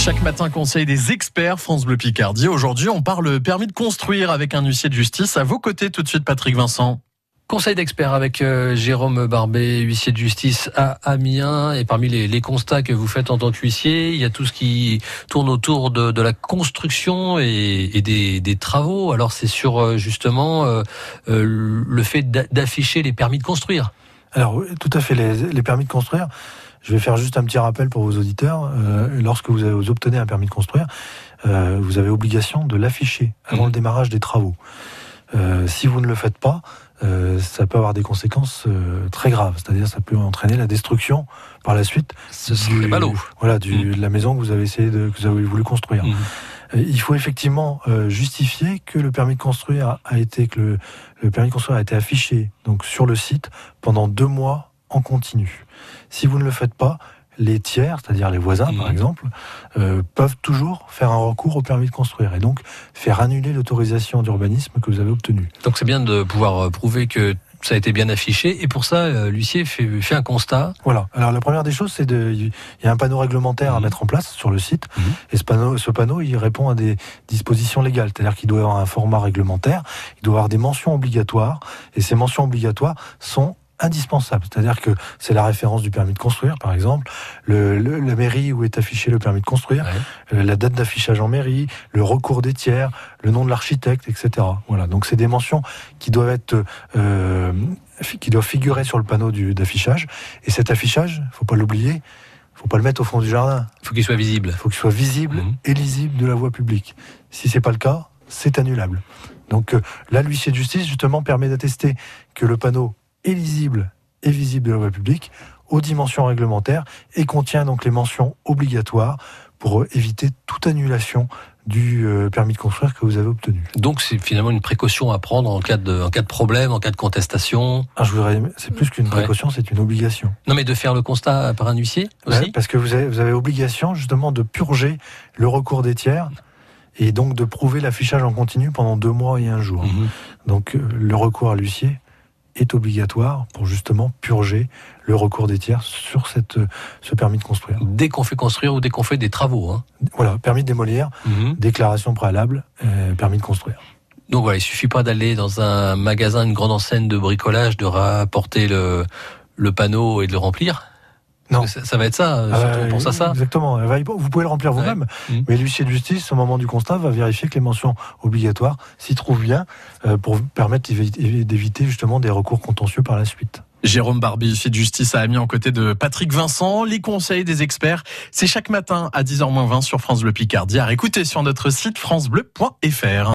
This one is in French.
Chaque matin, conseil des experts France Bleu Picardie. Aujourd'hui, on parle permis de construire avec un huissier de justice. À vos côtés, tout de suite, Patrick Vincent. Conseil d'experts avec Jérôme Barbet, huissier de justice à Amiens. Et parmi les constats que vous faites en tant qu'huissier, il y a tout ce qui tourne autour de la construction et des travaux. Alors c'est sur justement le fait d'afficher les permis de construire. Alors tout à fait, les permis de construire. Je vais faire juste un petit rappel pour vos auditeurs. Lorsque vous obtenez un permis de construire, vous avez obligation de l'afficher avant le démarrage des travaux. Si vous ne le faites pas, ça peut avoir des conséquences très graves. C'est-à-dire, ça peut entraîner la destruction par la suite. Ce serait ballot. Voilà, de la maison que vous avez voulu construire. Il faut effectivement justifier que le permis de construire a été affiché donc sur le site pendant 2 mois en continu. Si vous ne le faites pas, les tiers, c'est-à-dire les voisins par exemple, peuvent toujours faire un recours au permis de construire et donc faire annuler l'autorisation d'urbanisme que vous avez obtenue. Donc c'est bien de pouvoir prouver que ça a été bien affiché et pour ça, l'huissier fait un constat. Voilà. Alors la première des choses, il y a un panneau réglementaire à mettre en place sur le site et ce panneau, il répond à des dispositions légales, c'est-à-dire qu'il doit avoir un format réglementaire, il doit avoir des mentions obligatoires et ces mentions obligatoires sont indispensable, c'est-à-dire que c'est la référence du permis de construire, par exemple, la mairie où est affiché le permis de construire, la date d'affichage en mairie, le recours des tiers, le nom de l'architecte, etc. Voilà, donc c'est des mentions qui doivent figurer sur le panneau d'affichage. Et cet affichage, faut pas l'oublier, faut pas le mettre au fond du jardin. Il faut qu'il soit visible. Il faut qu'il soit visible et lisible de la voie publique. Si c'est pas le cas, c'est annulable. Donc là, l'huissier de justice justement permet d'attester que le panneau est lisible et visible de la voie publique aux dimensions réglementaires et contient donc les mentions obligatoires pour éviter toute annulation du permis de construire que vous avez obtenu. Donc c'est finalement une précaution à prendre en cas de problème, en cas de contestation. C'est plus qu'une précaution, c'est une obligation. Non mais de faire le constat par un huissier aussi. Parce que vous avez obligation justement de purger le recours des tiers et donc de prouver l'affichage en continu pendant 2 mois et 1 jour. Donc le recours à l'huissier est obligatoire pour justement purger le recours des tiers sur ce permis de construire. Dès qu'on fait construire ou dès qu'on fait des travaux. Voilà, permis de démolir, déclaration préalable, permis de construire. Donc voilà, il suffit pas d'aller dans un magasin, une grande enseigne de bricolage, de rapporter le panneau et de le remplir. Non. Ça va être ça, surtout on pense à ça. Exactement. Vous pouvez le remplir vous-même, mais l'huissier de justice, au moment du constat, va vérifier que les mentions obligatoires s'y trouvent bien pour permettre d'éviter justement des recours contentieux par la suite. Jérôme Barbet, huissier de justice à Amiens, aux côtés de Patrick Vincent. Les conseils des experts, c'est chaque matin à 10h-20 sur France Bleu Picardie. À réécouter sur notre site francebleu.fr.